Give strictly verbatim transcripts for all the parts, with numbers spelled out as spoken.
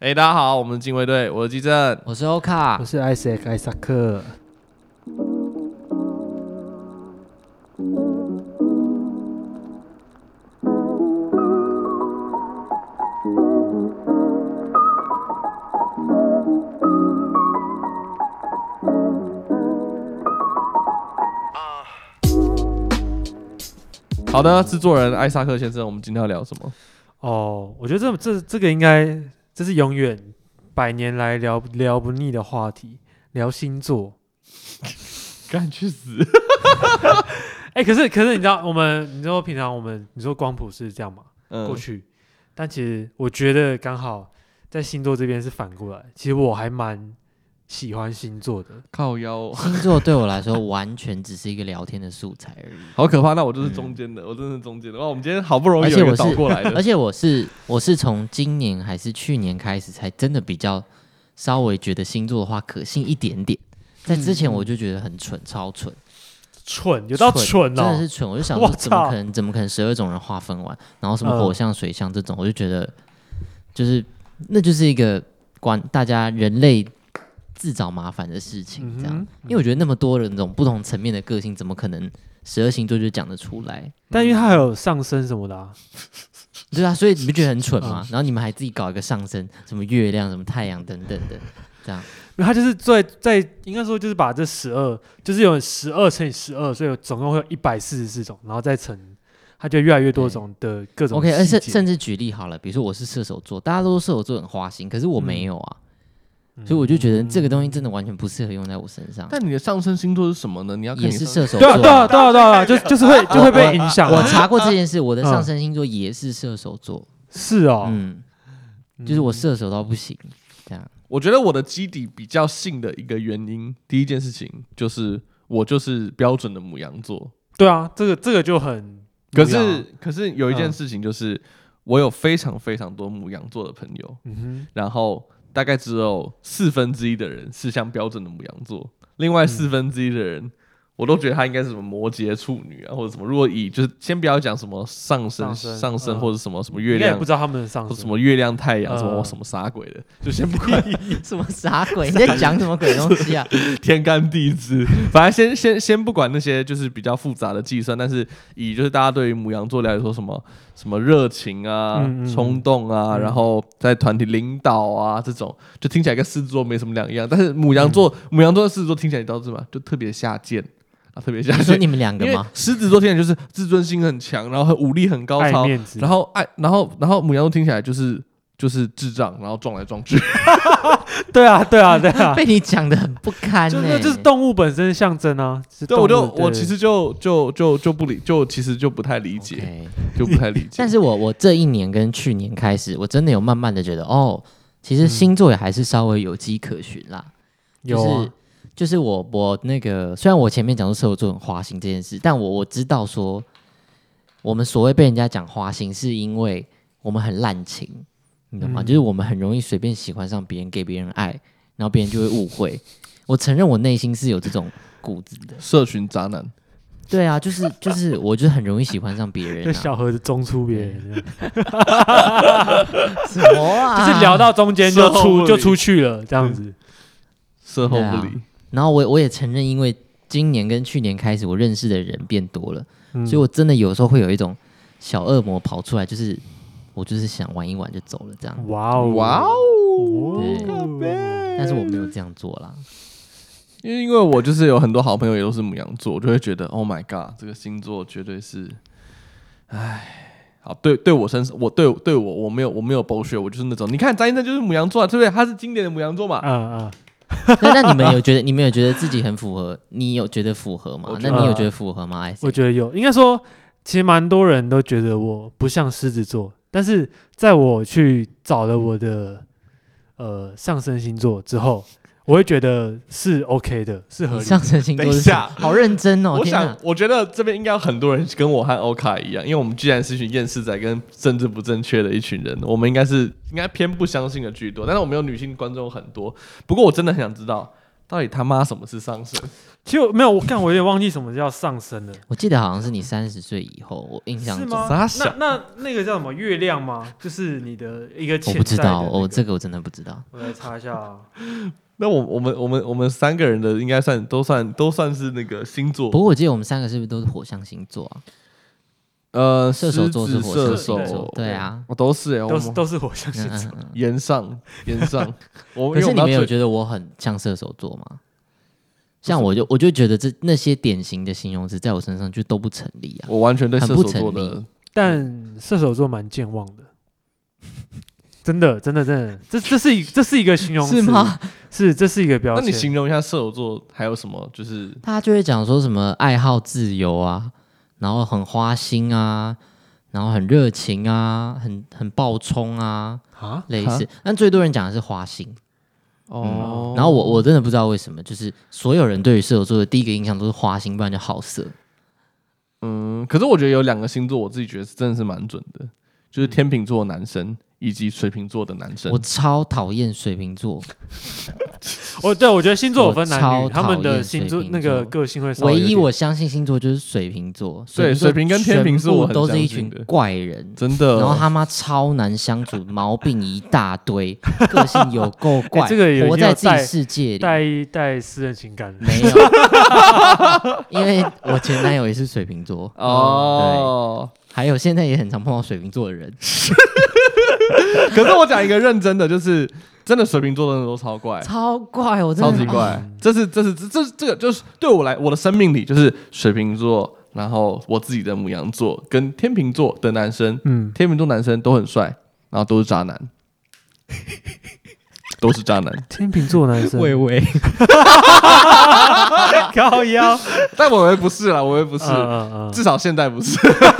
哎，大家好，我们是警卫队，我是基正， 我是欧卡， 我是艾塞克艾萨克。 好的，制作人艾萨克先生，我们今天要聊什么？ 哦，我觉得这这这个应该这是永远百年来聊聊不腻的话题，聊星座。 干去死！ 哎、欸，可是可是你知道，我们你说平常我们你说光谱是这样嘛？嗯、过去，但其实我觉得刚好在星座这边是反过来，其实我还蛮喜欢星座的。 靠腰、哦， 星座对我来说完全只是一个聊天的素材而已。 好可怕！那我就是中间的，嗯、我真的是中间的。哇，我们今天好不容易有一个倒过来的， 而且我是我是从今年还是去年开始，才真的比较稍微觉得星座的话可信一点点。在之前我就觉得很蠢，嗯、超蠢， 蠢有到蠢哦， 真的是蠢。我就想说，怎么可能？怎么可能十二种人划分完，然后什么火象、水象这种，嗯、我就觉得就是那就是一个关大家人类自找麻烦的事情，这样。嗯、因为我觉得那么多人那种不同层面的个性，怎么可能十二星座就讲得出来？ 但因为它还有上升什么的、啊， 对啊，所以你不觉得很蠢吗？嗯、然后你们还自己搞一个上升，什么月亮、什么太阳等等的，这样。 他就是在在应该说就是把这十二，就是有十二乘以十二，所以总共会有一百四十四种，然后再乘，它就越来越多种的各种。 OK， 而且甚至举例好了，比如说我是射手座，大家都说射手座很花心，可是我没有啊，嗯、所以我就觉得这个东西真的完全不适合用在我身上。 但你的上升星座是什么呢？你要看也是射手座、啊， 对啊对啊对啊，就就是会就会被影响。 我查过这件事，我的上升星座也是射手座。 是哦， 嗯，就是我射手到不行，这样。 我觉得我的基底比较信的一个原因，第一件事情就是我就是标准的牡羊座。 对啊，这个这个就很。 可是可是有一件事情就是，嗯、我有非常非常多牡羊座的朋友，嗯、哼然后大概只有四分之一的人是像标准的牡羊座，另外四分之一的人。嗯我都觉得他应该是什么摩羯处女啊，或者什么。如果以就是先不要讲什么上升上 升, 上升、嗯、或者什么什么月亮， 也不知道他们的上升， 或者什么月亮太阳、嗯、什么什么啥鬼的，就先不管什么啥鬼，你在讲什么鬼东西啊？ 天干地支，反正先先先不管那些就是比较复杂的计算，但是以就是大家对于牡羊座了解说什么什么热情啊、嗯、冲动啊，嗯、然后在团体领导啊这种，就听起来跟狮子座没什么两样。但是牡羊座，嗯、牡羊座和狮子座听起来你知道是吗？就特别下贱。啊，特别像你说你们两个吗？ 狮子座听起来就是自尊心很强，然后很武力很高超，然后爱，然后然后牡羊座听起来就是就是智障，然后撞来撞去。 对啊，对啊，对啊， 被你讲得很不堪呢、欸。 就就是动物本身的象征啊。 对，我就我其实就就就就不理，就其实就不太理解， okay. 就不太理解。 但是我我这一年跟去年开始，我真的有慢慢的觉得，哦，其实星座也还是稍微有迹可循啦。 有、 就是啊。 就是我我那个，虽然我前面讲说射手座很花心这件事，但我我知道说，我们所谓被人家讲花心，是因为我们很滥情，你懂吗？嗯、就是我们很容易随便喜欢上别人，给别人爱，然后别人就会误会。我承认我内心是有这种骨子的， 社群渣男。 对啊，就是就是，我就是很容易喜欢上别人、啊， 就小盒子中出别人， 什么啊？ 就是聊到中间就出就出去了，这样子， 售后不理。 然后我我也承认，因为今年跟去年开始，我认识的人变多了，嗯、所以我真的有时候会有一种小恶魔跑出来，就是我就是想玩一玩就走了这样。 哇哦哇哦！ 对，但是我没有这样做啦， 因为因为我就是有很多好朋友也都是牡羊座，我就会觉得 Oh my God， 这个星座绝对是，唉，好对对我身上，我对对我我没有我没有bullshit，我就是那种，你看张医生就是牡羊座，对不对？他是经典的牡羊座嘛， 嗯嗯。 那, 那你们有觉得你们有觉得自己很符合？你有觉得符合吗？那你有觉得符合吗？ 我觉得有，应该说，其实蛮多人都觉得我不像狮子座，但是在我去找了我的呃上升星座之后，我会觉得是 OK 的，是合理的。 上升星座是什么？好认真哦！ 我想，我觉得这边应该有很多人跟我和欧卡一样，因为我们既然是一群厌世仔跟政治不正确的一群人，我们应该是应该偏不相信的居多。但是我们有女性观众很多，不过我真的很想知道， 到底他妈什么是上升？ 其实没有，我干，我有点忘记什么叫上升了。 我记得好像是你三十岁以后，我印象中是吗？那那那个叫什么月亮吗？就是你的一个潜在的、那个。 我不知道，我、哦、这个我真的不知道。 我来查一下啊。 那我我们我们我们三个人的应该算都算都算是那个星座。 不过我记得我们三个是不是都是火象星座啊？ 呃， 射手座是火象星座，对啊， 我都是哎、欸， 都是都是火象星座。 沿上沿上，我可是你没有觉得我很像射手座吗？像我就我就觉得这那些典型的形容词在我身上就都不成立啊， 我完全对射手座的， 但射手座蛮健忘的，真的真的真的，这这是一这是一个形容词是吗？ 是，这是一个标签。 那你形容一下射手座还有什么？就是他就会讲说什么爱好自由啊，然后很花心啊，然后很热情啊，很很暴冲啊，啊类似。但最多人讲的是花心。哦、嗯，然后我我真的不知道为什么，就是所有人对于射手座的第一个印象都是花心，不然就好色。 嗯，可是我觉得有两个星座，我自己觉得是真的是蛮准的，就是天秤座的男生以及水瓶座的男生。 我超讨厌水瓶座。 我对我觉得星座有分男女，他们的星座那个个性会稍微。 唯一我相信星座就是水瓶座， 对，水瓶跟天秤是我很都是一群怪人， 真的。 然后他妈超难相处，毛病一大堆，个性有够怪， 欸、这个活在自己世界里， 带带私人情感没有，因为我前男友也是水瓶座哦，对，还有现在也很常碰到水瓶座的人。 可是我讲一个认真的，就是真的水瓶座的人都超怪， 超怪，我真的超级怪。嗯、这是这是这这这个就是对我来，我的生命里就是水瓶座，然后我自己的牡羊座跟天秤座的男生，嗯，天秤座男生都很帅，然后都是渣男，都是渣男。 天秤座男生， 喂喂， 靠腰， 但我以为不是啦，我以为不是，嗯嗯嗯至少现在不是。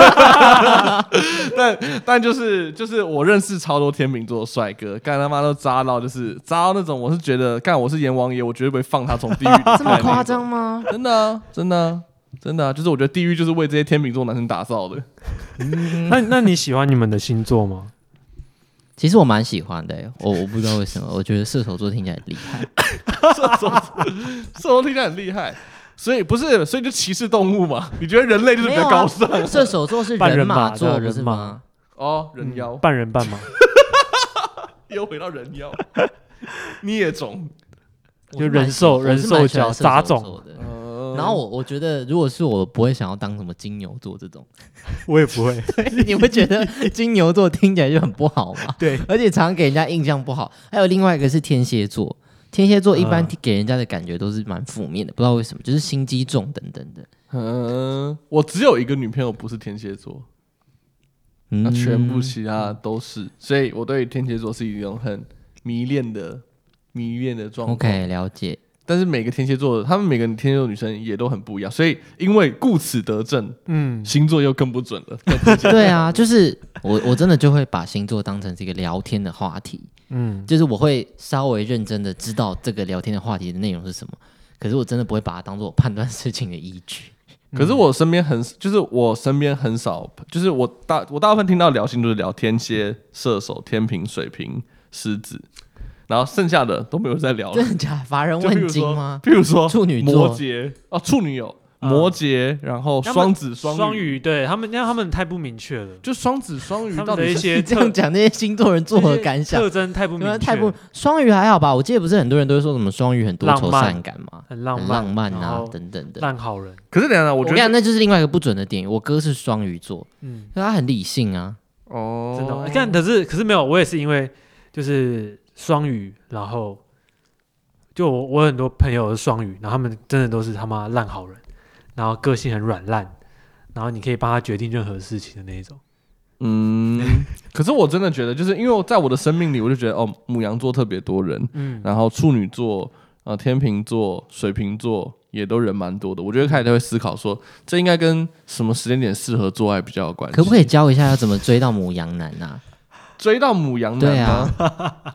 但但就是就是我认识超多天秤座的帅哥，干他妈都渣到就是渣到那种，我是觉得干我是阎王爷，我绝对不会放他从地狱里这么夸张吗？ 真的啊，真的啊，真的啊，就是我觉得地狱就是为这些天秤座男生打造的。 嗯、那那你喜欢你们的星座吗？ 其实我蛮喜欢的、欸，我我不知道为什么，我觉得射手座听起来很厉害。 射手座，射手听起来很厉害，所以不是，所以就歧视动物嘛？你觉得人类就是比较高尚？ 啊、射手座是人马座，不是吗？ 哦，人妖， 嗯、半人半马， 又回到人妖，孽种， 就人兽人兽角杂种。 然后我我觉得，如果是我，不会想要当什么金牛座这种， 我也不会。 你会觉得金牛座听起来就很不好吗？ 对， 而且常常给人家印象不好。还有另外一个是天蝎座，天蝎座一般给人家的感觉都是蛮负面的，不知道为什么，就是心机重等等的。 嗯，我只有一个女朋友不是天蝎座，那、嗯、全部其他都是，所以我对天蝎座是一种很迷恋的迷恋的状况。 OK， 了解。 但是每个天蝎座，他们每个天蝎座女生也都很不一样，所以因为顾此得正，嗯，星座又更不准了。 对啊，就是我我真的就会把星座当成是一个聊天的话题，嗯，就是我会稍微认真的知道这个聊天的话题的内容是什么，可是我真的不会把它当做我判断事情的依据。 可是我身边很，就是我身边很少，就是我大我大部分听到聊星都是聊天蝎、射手、天秤、水瓶、狮子。然后剩下的都没有在聊了， 真的假的？乏人问津吗？ 譬如说处女座、 摩羯哦，处女有摩羯，然后双子、双双鱼，对他们，因为他们太不明确了。 就双子、双鱼到底一些这样讲，那些星座人作何感想？ 特征太不明确， 太不双鱼还好吧？我记得不是很多人都会说什么双鱼很多愁善感嘛， 很浪漫、 很浪漫啊等等的烂好人。 可是等一下，我觉得那就是另外一个不准的点。我哥是双鱼座，嗯，他很理性啊。 哦， 真的。但可是可是没有，我也是因为就是双鱼，然后。就 我, 我很多朋友是双鱼，然后他们真的都是他妈烂好人，然后个性很软烂，然后你可以帮他决定任何事情的那一种。 嗯，可是我真的觉得，就是因为在我的生命里，我就觉得哦，牡羊座特别多人，嗯，然后处女座、呃天秤座、水瓶座也都人蛮多的。我觉得开始就会思考说，这应该跟什么时间点适合做爱比较有关系。 可不可以教一下要怎么追到牡羊男啊？ 追到牡羊男吗？对啊。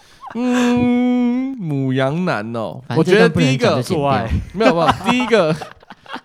嗯，牡羊男哦，我觉得第一个做爱没有没有，第一个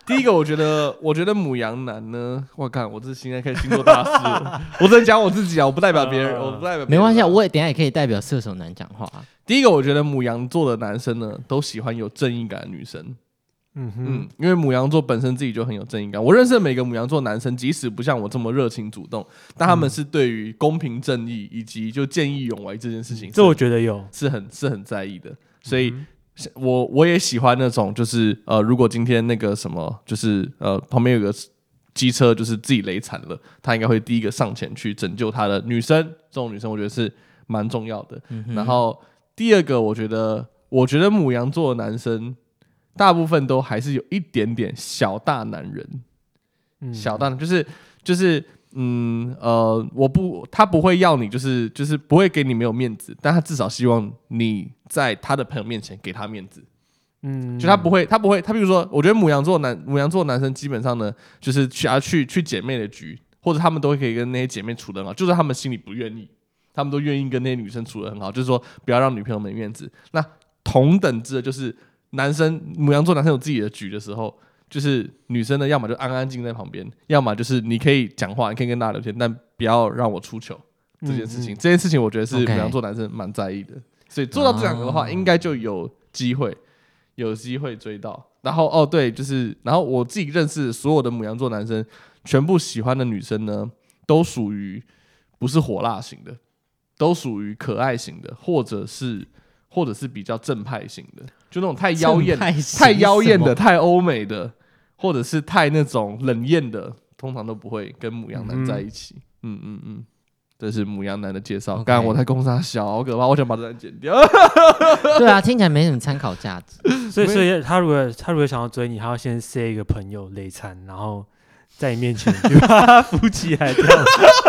第一个，我觉得，我觉得牡羊男呢，我看我这现在开始星座大师了，我只能讲我自己啊，我不代表别人，我不代表别人。 没关系，我也等一下也可以代表射手男讲话、啊。 第一个，我觉得牡羊座的男生呢，都喜欢有正义感的女生。嗯嗯，因为牡羊座本身自己就很有正义感。我认识的每个牡羊座男生，即使不像我这么热情主动，但他们是对于公平正义以及就见义勇为这件事情， 这我觉得有是很是很在意的。所以，我我也喜欢那种，就是呃，如果今天那个什么，就是呃，旁边有个机车，就是自己雷惨了，他应该会第一个上前去拯救他的女生。这种女生，我觉得是蛮重要的。嗯、然后第二个，我觉得，我觉得牡羊座的男生。大部分都还是有一点点小大男人，嗯、小大就是就是嗯呃，我不他不会要你，就是就是不会给你没有面子，但他至少希望你在他的朋友面前给他面子，嗯，就他不会他不会他比如说，我觉得牡羊座男牡羊座男生基本上呢，就是去啊去去姐妹的局，或者他们都会可以跟那些姐妹处得很好，就是他们心里不愿意，他们都愿意跟那些女生处得很好，就是说不要让女朋友没面子。那同等之的就是。男生牡羊座男生有自己的局的时候，就是女生呢，要么就安安静在旁边，要么就是你可以讲话，你可以跟大家聊天，但不要让我出糗这件事情。嗯嗯、这件事情我觉得是牡羊座男生蛮在意的， okay. 所以做到这两个的话，哦、应该就有机会，有机会追到。然后哦对，就是然后我自己认识所有的牡羊座男生，全部喜欢的女生呢，都属于不是火辣型的，都属于可爱型的，或者是。或者是比较正派型的，就那种太妖艳、太妖艳的、太欧美的，或者是太那种冷艳的，通常都不会跟牡羊男在一起。嗯嗯嗯，这是牡羊男的介绍。刚刚、okay. 我在攻杀小，好可怕，我想把这段剪掉。 对啊，听起来没什么参考价值。 所以，所以他如果他如果想要追你，他要先塞一个朋友累残，然后在你面前就把他扶起来这样。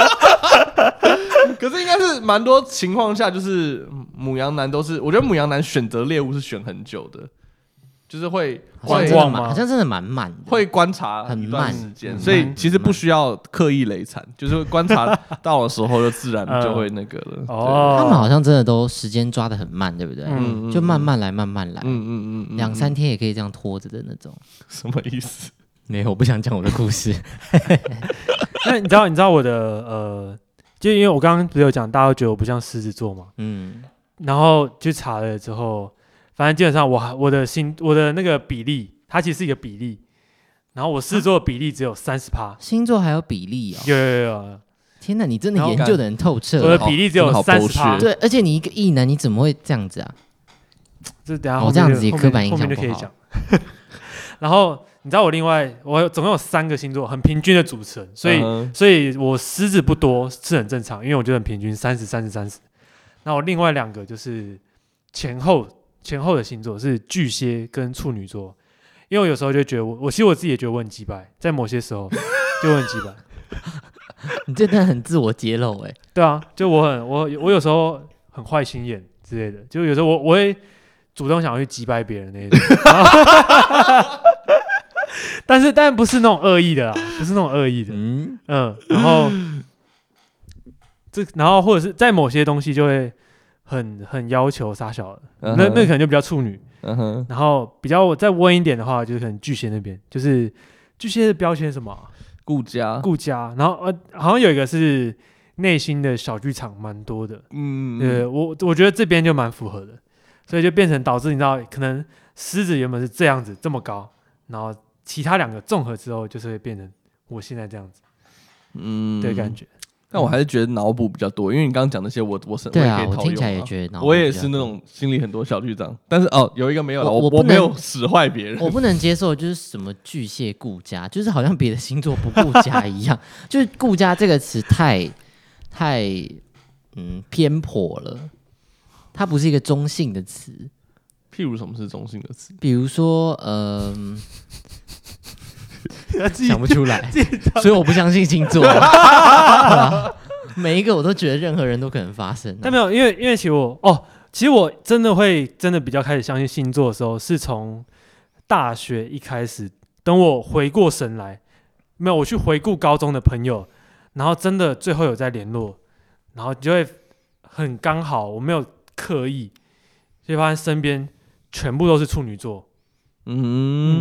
可是应该是蛮多情况下，就是牡羊男都是，我觉得牡羊男选择猎物是选很久的，就是会观望嘛，好像真的蛮慢的， 会观察一段时间，所以其实不需要刻意雷惨，就是观察到的时候就自然就会那个了。 哦，他们好像真的都时间抓得很慢，对不对？嗯，就慢慢来，慢慢来，嗯嗯嗯，两三天也可以这样拖着的那种。 什么意思？ 没有，我不想讲我的故事。 那你知道，你知道我的呃。就因为我刚刚不是有讲，大家都觉得我不像狮子座嘛，嗯，然后去查了之后，反正基本上我我的星我的那个比例，它其实是一个比例，然后我狮子座的比例只有三十趴， 星座还有比例哦， 有有有， 天哪，你真的研究的很透彻， 我的比例只有三十趴， 对，而且你一个异男，你怎么会这样子啊？ 这等下我、哦、这样子也刻板印象不好， 后面就可以讲。然后你知道我另外我总共有三个星座很平均的组成，所以、uh-huh. 所以我狮子不多是很正常，因为我觉得很平均，三十三十三十。那我另外两个就是前后前后的星座是巨蟹跟处女座，因为我有时候就觉得我我其实我自己也觉得我很鸡掰，在某些时候就很鸡掰。 你真的很自我揭露哎、欸。 对啊，就我很我我有时候很坏心眼之类的，就有时候我我会主动想要去击败别人那一种。但是，但不是那种恶意的啦，不是那种恶意的，嗯嗯，然后这，然后或者是在某些东西就会很很要求傻小的， uh-huh. 那那可能就比较处女，嗯哼，然后比较再温一点的话，就是可能巨蟹那边，就是巨蟹的标签什么、啊、 顾家， 顾家，然后呃，好像有一个是内心的小剧场蛮多的，嗯，对，我我觉得这边就蛮符合的，所以就变成导致你知道，可能狮子原本是这样子这么高，然后其他两个综合之后，就是会变成我现在这样子，嗯的感觉。 但我还是觉得脑补比较多，因为你刚刚讲那些我，我我对啊， 我也可以套用、啊、 我听起来也觉得脑补， 我也是那种心里很多小剧场，但是哦，有一个没有了，我我我没有使坏别人， 我不能接受就是什么巨蟹顾家，就是好像别的星座不顾家一样，就是顾家这个词太太嗯偏颇了，它不是一个中性的词。 譬如什么是中性的词？ 比如说，嗯、呃，想不出来，所以我不相信星座。每一个我都觉得任何人都可能发生、啊。 但没有，因为因为其实我哦，其实我真的会真的比较开始相信星座的时候，是从大学一开始，等我回过神来，没有我去回顾高中的朋友，然后真的最后有在联络，然后就会很刚好，我没有刻意，就发现身边全部都是处女座，嗯，然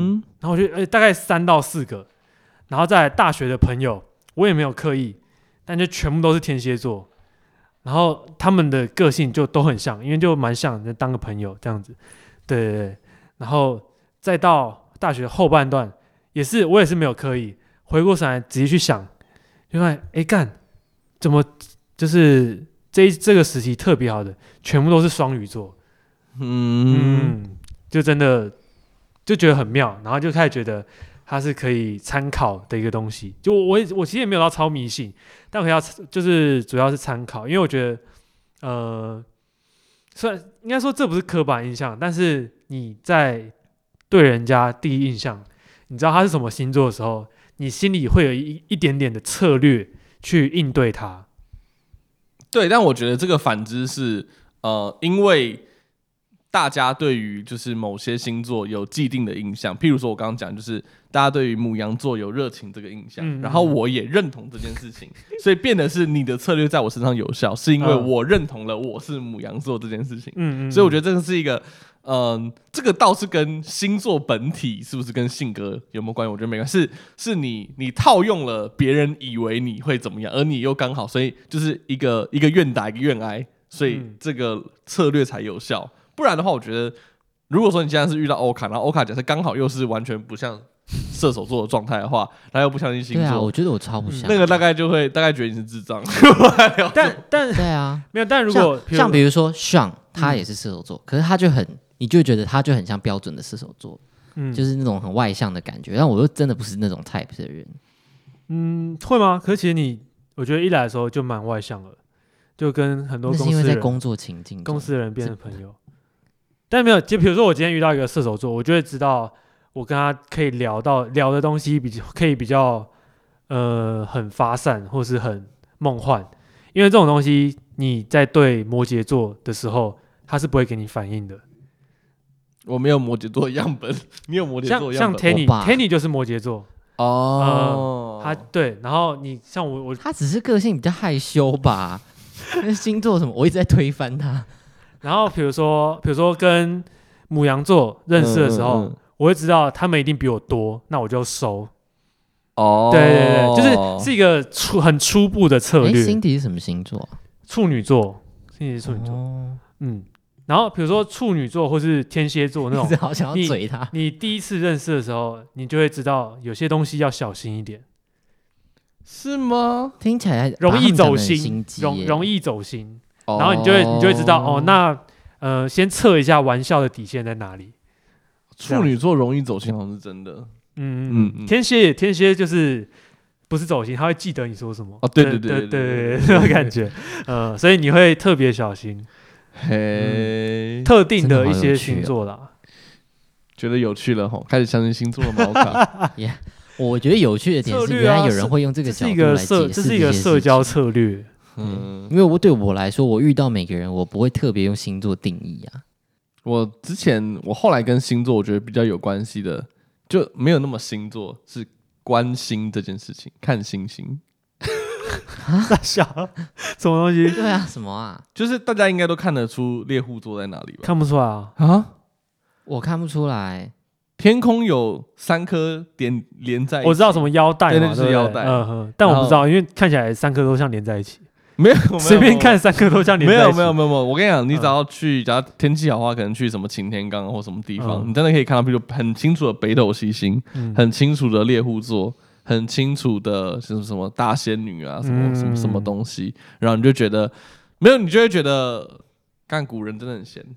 然后我就、欸、大概三到四个，然后再来大学的朋友，我也没有刻意，但就全部都是天蝎座，然后他们的个性就都很像，因为就蛮像，就当个朋友这样子，对对对，然后再到大学后半段，也是我也是没有刻意，回过神来仔细去想，就发现哎干，怎么就是这这个时期特别好的，全部都是双鱼座。嗯, 嗯，就真的就觉得很妙，然后就开始觉得它是可以参考的一个东西。就我我其实也没有到超迷信，但我要就是主要是参考，因为我觉得呃，虽然应该说这不是刻板印象，但是你在对人家第一印象，你知道他是什么星座的时候，你心里会有一一点点的策略去应对他。 对，但我觉得这个反之是呃，因为大家对于就是某些星座有既定的印象，譬如说我刚刚讲，就是大家对于牡羊座有热情这个印象，嗯嗯，然后我也认同这件事情，所以变得是你的策略在我身上有效，是因为我认同了我是牡羊座这件事情。嗯嗯，所以我觉得这个是一个，嗯、呃，这个倒是跟星座本体是不是跟性格有没有关系？我觉得没关系，是是你你套用了别人以为你会怎么样，而你又刚好，所以就是一个一个愿打一个愿挨，所以这个策略才有效。不然的话，我觉得，如果说你现在是遇到欧卡，然后欧卡假设刚好又是完全不像射手座的状态的话，然后又不相信星座， 对啊，我觉得我超不像， 那个大概就会大概觉得你是智障。 但但对啊， 没有，但如果像, 像比如说 Sean， 他也是射手座，嗯、可是他就很，你就觉得他就很像标准的射手座，嗯，就是那种很外向的感觉。但我又真的不是那种 type 的人。 嗯，会吗？可是其实你，我觉得一来的时候就蛮外向了，就跟很多公司人， 那是因为在工作情境中， 公司的人变成朋友。但没有，就比如说我今天遇到一个射手座，我就会知道我跟他可以聊到聊的东西比较可以比较呃很发散或是很梦幻，因为这种东西你在对摩羯座的时候，他是不会给你反应的。 我没有摩羯座样本，你有摩羯座样本？ 像 Tanny，Tanny 就是摩羯座哦、 呃，他对，然后你像我我他只是个性比较害羞吧，那星座什么，我一直在推翻他。 然后比如说，比如说跟牡羊座认识的时候，嗯嗯嗯，我会知道他们一定比我多，那我就收。哦，对对对，就是是一个初很初步的策略。 辛迪是什么星座？ 处女座，辛迪是处女座。哦，嗯。然后比如说处女座或是天蝎座那种， 好想要嘴他。 你第一次认识的时候，你就会知道有些东西要小心一点。 是吗？ 听起来容易走心，容容易走心。然后你就会你就会知道哦，那呃，先测一下玩笑的底线在哪里。 处女座容易走心，好像是真的。 嗯嗯，天蝎也天蝎就是不是走心，他会记得你说什么。 哦，对对对对对对，那种感觉。呃，所以你会特别小心。 嘿， 特定的一些星座啦， 觉得有趣了吼，开始相信星座的毛卡。 yeah, 我觉得有趣的点是，原来有人会用这个角度来解释， 这是一个社交策略。 嗯，因为我对我来说，我遇到每个人，我不会特别用星座定义啊。 我之前，我后来跟星座，我觉得比较有关系的，就没有那么星座，是观星这件事情，看星星。 傻笑，什么东西？ 对啊，什么啊？ 就是大家应该都看得出猎户座在哪里吧？ 看不出来啊？ 啊， 我看不出来。 天空有三颗点连在一起， 我知道什么腰带嘛， 对，那就是腰带。 嗯哼，但我不知道，因为看起来三颗都像连在一起。 没有， 随便看三颗都像连在一起。 没有，没有，没有，没有。我跟你讲，你只要去，假如天气好的话，可能去什么擎天岗或什么地方，嗯、你真的可以看到，比如很清楚的北斗七星，嗯、很清楚的猎户座。很清楚的，是什么大仙女啊，什么、嗯、什么什么东西，然后你就觉得没有，你就会觉得，干古人真的很闲。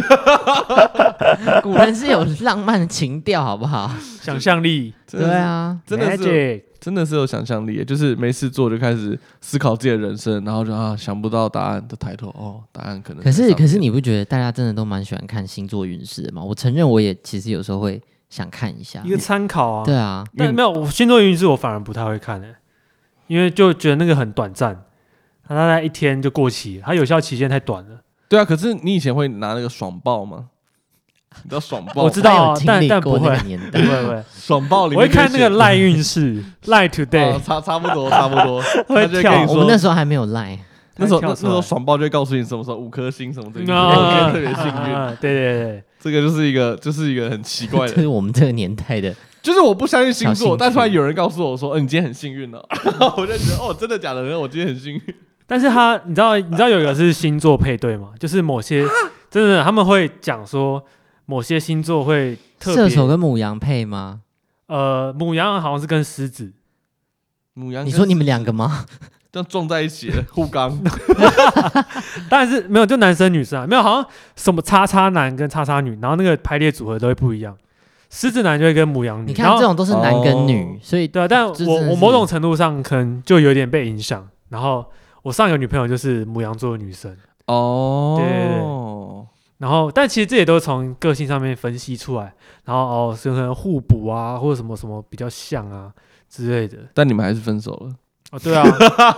古人是有浪漫的情调，好不好？ 想象力， 对啊， 真的是 Magic 真的是有想象力，就是没事做就开始思考自己的人生，然后就啊想不到答案的抬头，哦，答案可能。 可是可是你不觉得大家真的都蛮喜欢看星座运势的吗？我承认我也其实有时候会。想看一下一个参考啊， 对啊， 但没有我星座运势我反而不太会看的、欸，因为就觉得那个很短暂，它大概一天就过期了，它有效期限太短了。 对啊，可是你以前会拿那个爽报吗？你知道爽报？ 我知道，但但不会， 年代不会不会。 爽报里面我会看那个赖运势，赖 today，、 哦、差差不多差不多。 会跳， 我们那时候还没有赖。 那时候那那时候爽报就会告诉你什么时候五颗星什么的，特别幸运。 对对对， 这个就是一个就是一个很奇怪的， 就是我们这个年代的就是我不相信星座，但突然有人告诉我说：“嗯、呃，你今天很幸运哦。”然后我就觉得哦，真的假的？我今天很幸运。 但是他，你知道，你知道有一个是星座配对吗？就是某些真的他们会讲说，某些星座会特别射手跟牡羊配吗？ 呃，牡羊好像是跟狮子。 牡羊， 你说你们两个吗？ 这样撞在一起了，互刚。 当然是没有，就男生女生啊，没有，好像什么叉叉男跟叉叉女，然后那个排列组合都会不一样。狮子男就会跟牡羊女， 你看这种都是男跟女，哦、所以对啊。但我我某种程度上可能就有点被影响。然后我上一个女朋友就是牡羊座的女生哦， 对对对。然后，但其实这也都是从个性上面分析出来，然后哦，可能互补啊，或者什么什么比较像啊之类的。 但你们还是分手了。 哦，对啊，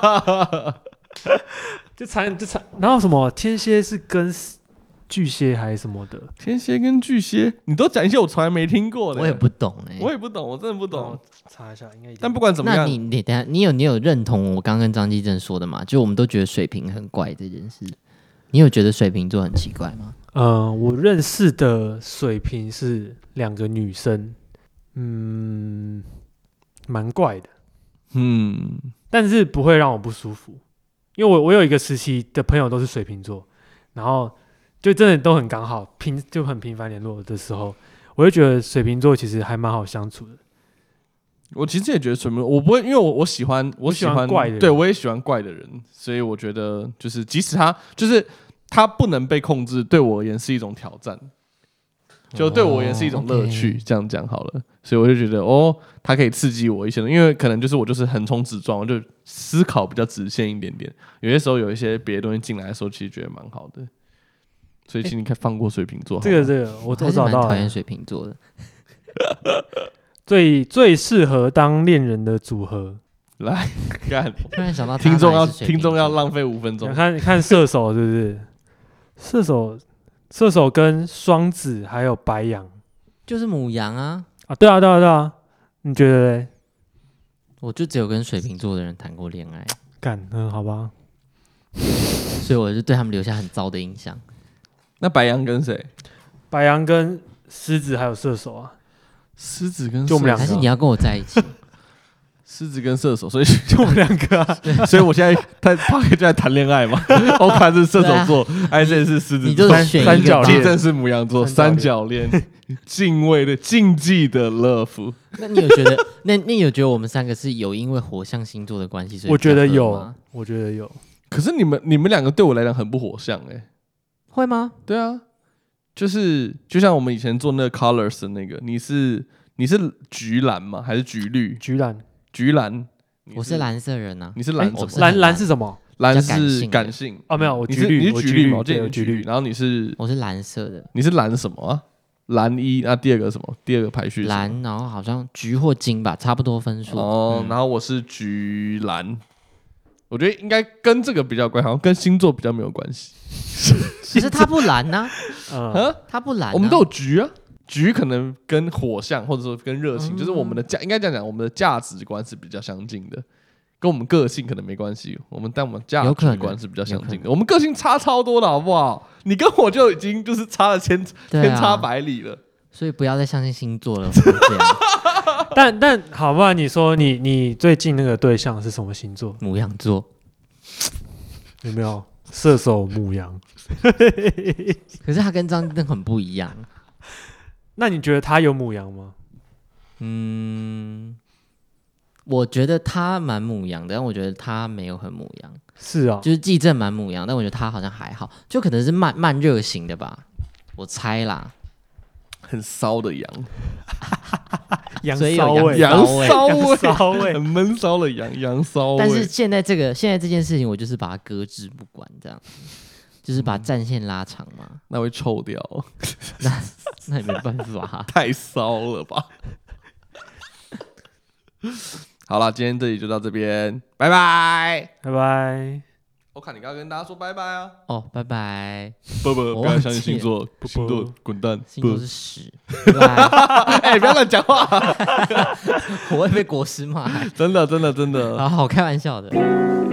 就残就残，然后什么天蝎是跟巨蟹还是什么的？ 天蝎跟巨蟹，你都讲一些我从来没听过的， 我也不懂哎、 欸，我也不懂，我真的不懂。 查一下，应该。 但不管怎么样， 那你你等下，你有你有认同我刚刚跟张基正说的吗？就我们都觉得水瓶很怪这件事，你有觉得水瓶座很奇怪吗？ 嗯、呃，我认识的水瓶是两个女生，嗯，蛮怪的， 嗯。 但是不会让我不舒服，因为我我有一个时期的朋友都是水瓶座，然后就真的都很刚好，频就很频繁联络的时候，我就觉得水瓶座其实还蛮好相处的。 我其实也觉得水瓶座，我不会，因为我我喜欢我喜欢怪的人， 对我也喜欢怪的人，所以我觉得就是即使他就是他不能被控制，对我而言是一种挑战。就对我而言是一种乐趣， oh, okay. 这样讲好了，所以我就觉得哦，它可以刺激我一些，因为可能就是我就是横冲直撞，我就思考比较直线一点点。有些时候有一些别的东西进来的时候，其实觉得蛮好的。所以请你可以放过水瓶座。 这个这个我都找到了， 讨厌水瓶座的。 最最适合当恋人的组合， 来看。 突然想到听众要听众要浪费五分钟。 看看射手是不是？射手。射手跟双子还有白羊， 就是母羊啊！ 啊，对啊，对啊，对啊，你觉得嘞？ 我就只有跟水瓶座的人谈过恋爱， 干，嗯，好吧， 所以我就对他们留下很糟的印象。 那白羊跟谁？ 白羊跟狮子还有射手啊， 狮子跟就我们两个， 还是你要跟我在一起？ 狮子跟射手，所以就我们两个啊， 所以我现在他他就在谈恋爱嘛。我看是射手座，艾森是狮子座， 你就是选一个， 基正是牡羊座，三角恋，敬畏的禁忌的 love。 那你有觉得？那你有觉得我们三个是有因为火象星座的关系？所以我觉得有，我觉得有。 可是你们你们两个对我来讲很不火象哎、欸， 会吗？ 对啊，就是就像我们以前做那个 colors 的那个，你是你是橘蓝吗？还是橘绿？ 橘蓝。 橘蓝， 我是蓝色人啊。 你是蓝、 欸，蓝蓝是什么？ 蓝是感性哦，没有，我橘绿， 你是橘绿嘛？我记得橘绿， 然后你是我是蓝色的。 你是蓝什么啊？蓝一，那第二个什么？第二个排序蓝，然后好像橘或金吧，差不多分数。 哦、嗯，然后我是橘蓝，我觉得应该跟这个比较关，好像跟星座比较没有关系。 可是他不蓝呐、 啊，嗯， 他不蓝、啊， 我们都有橘啊。橘可能跟火象或者说跟热情、嗯，就是我们的价应该这样讲，我们的价值观是比较相近的，跟我们个性可能没关系。我们但我们价值观是比较相近的，我们个性差超多的好不好？你跟我就已经就是差了千、啊、千差百里了。 所以不要再相信星座了，这样。 但但好，不然你说你你最近那个对象是什么星座？ 牡羊座， 有没有？射手牡羊。 可是他跟张灯很不一样。 那你觉得他有牡羊吗？ 嗯，我觉得他蛮牡羊的，但我觉得他没有很牡羊。 是啊， 就是季正蛮牡羊，但我觉得他好像还好，就可能是慢慢热型的吧，我猜啦。 很骚的羊， 羊骚味， 羊骚味， 骚味， 很闷骚的羊，羊骚味。 但是现在这个现在这件事情，我就是把它搁置不管，这样。就是把战线拉长嘛，嗯、 那会臭掉， 那那也没办法， 太骚了吧！好了，今天这里就到这边，拜拜， 拜拜。 我看你刚刚跟大家说拜拜啊！ 哦，拜拜， 不不，不要相信星座，星座滚蛋， 星座是屎。哎、 欸，不要乱讲话， 我会被国师骂。 真的，真的，真的。 好好开玩笑的。